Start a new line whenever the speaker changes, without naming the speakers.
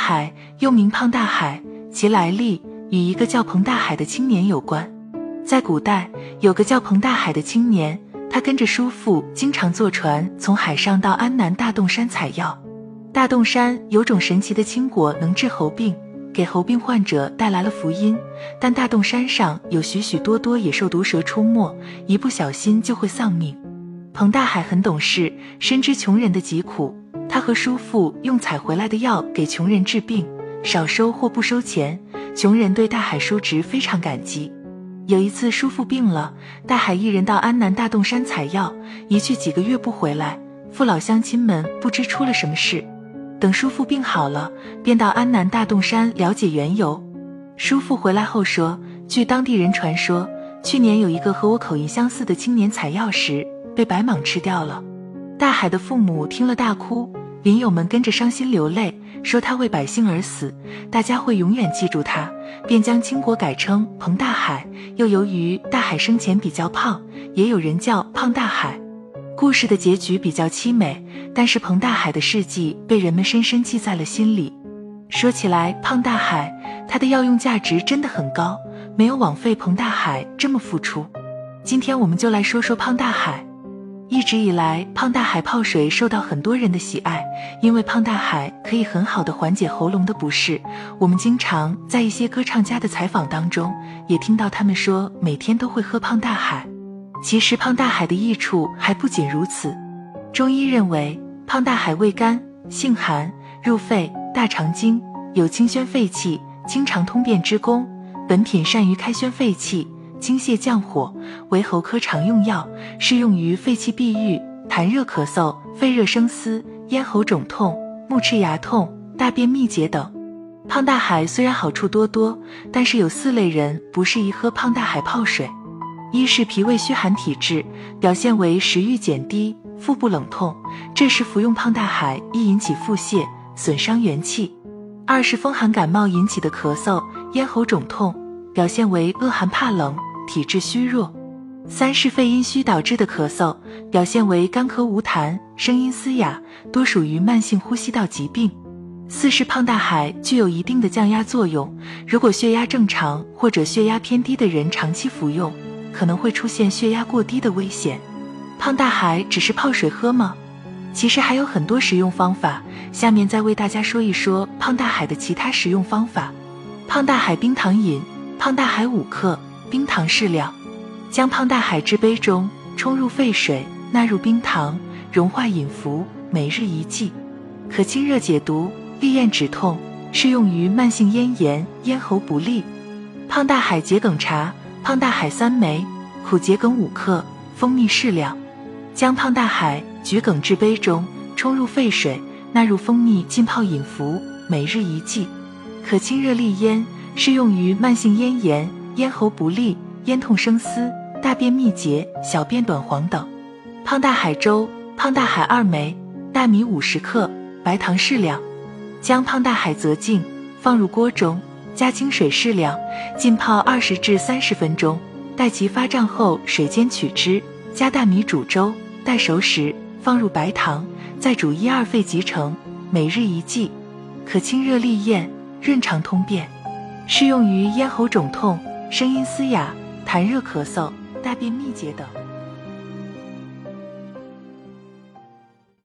海又名胖大海，其来历与一个叫彭大海的青年有关。在古代，有个叫彭大海的青年，他跟着叔父经常坐船从海上到安南大洞山采药。大洞山有种神奇的青果能治猴病，给猴病患者带来了福音，但大洞山上有许许多多野兽毒蛇出没，一不小心就会丧命。彭大海很懂事，深知穷人的疾苦，他和叔父用采回来的药给穷人治病，少收或不收钱，穷人对大海叔侄非常感激。有一次叔父病了，大海一人到安南大洞山采药，一去几个月不回来，父老乡亲们不知出了什么事。等叔父病好了，便到安南大洞山了解缘由。叔父回来后说，据当地人传说，去年有一个和我口音相似的青年采药时被白蟒吃掉了。大海的父母听了大哭，邻友们跟着伤心流泪，说他为百姓而死，大家会永远记住他，便将青果改称彭大海。又由于大海生前比较胖，也有人叫胖大海。故事的结局比较凄美，但是彭大海的事迹被人们深深记在了心里。说起来，胖大海他的药用价值真的很高，没有枉费彭大海这么付出。今天我们就来说说胖大海。一直以来，胖大海泡水受到很多人的喜爱，因为胖大海可以很好的缓解喉咙的不适。我们经常在一些歌唱家的采访当中，也听到他们说每天都会喝胖大海。其实胖大海的益处还不仅如此。中医认为，胖大海味甘，性寒，入肺、大肠经，有清宣肺气、清肠通便之功。本品善于开宣肺气、清泻降火，为喉科常用药，适用于肺气闭郁、痰热咳嗽、肺热生丝、咽喉肿痛、目赤牙痛、大便秘结等。胖大海虽然好处多多，但是有4类人不适宜喝胖大海泡水。一是脾胃虚寒体质，表现为食欲减低、腹部冷痛，这时服用胖大海易引起腹泻，损伤元气。二是风寒感冒引起的咳嗽、咽喉肿痛，表现为恶寒怕冷，体质虚弱。三是肺阴虚导致的咳嗽，表现为干咳无痰，声音嘶哑，多属于慢性呼吸道疾病。四是胖大海具有一定的降压作用，如果血压正常或者血压偏低的人长期服用，可能会出现血压过低的危险。胖大海只是泡水喝吗？其实还有很多食用方法，下面再为大家说一说胖大海的其他食用方法。胖大海冰糖饮，胖大海5克，冰糖适量。将胖大海置杯中，冲入沸水，纳入冰糖，融化饮服，每日1剂，可清热解毒，利咽止痛，适用于慢性咽炎、咽喉不利。胖大海桔梗茶，胖大海3枚，苦桔梗5克，蜂蜜适量。将胖大海、桔梗置杯中，冲入沸水，纳入蜂蜜浸泡饮服，每日1剂，可清热利咽，适用于慢性咽炎、咽喉不利、咽痛生丝、大便秘结、小便短黄等。胖大海粥，胖大海2枚，大米50克，白糖适量。将胖大海择净，放入锅中，加清水适量，浸泡20至30分钟，待其发胀后水煎取汁，加大米煮粥，待熟时放入白糖，再煮1-2沸即成，每日1剂，可清热利咽，润肠通便，适用于咽喉肿痛、声音嘶哑、痰热咳嗽、大便秘结等。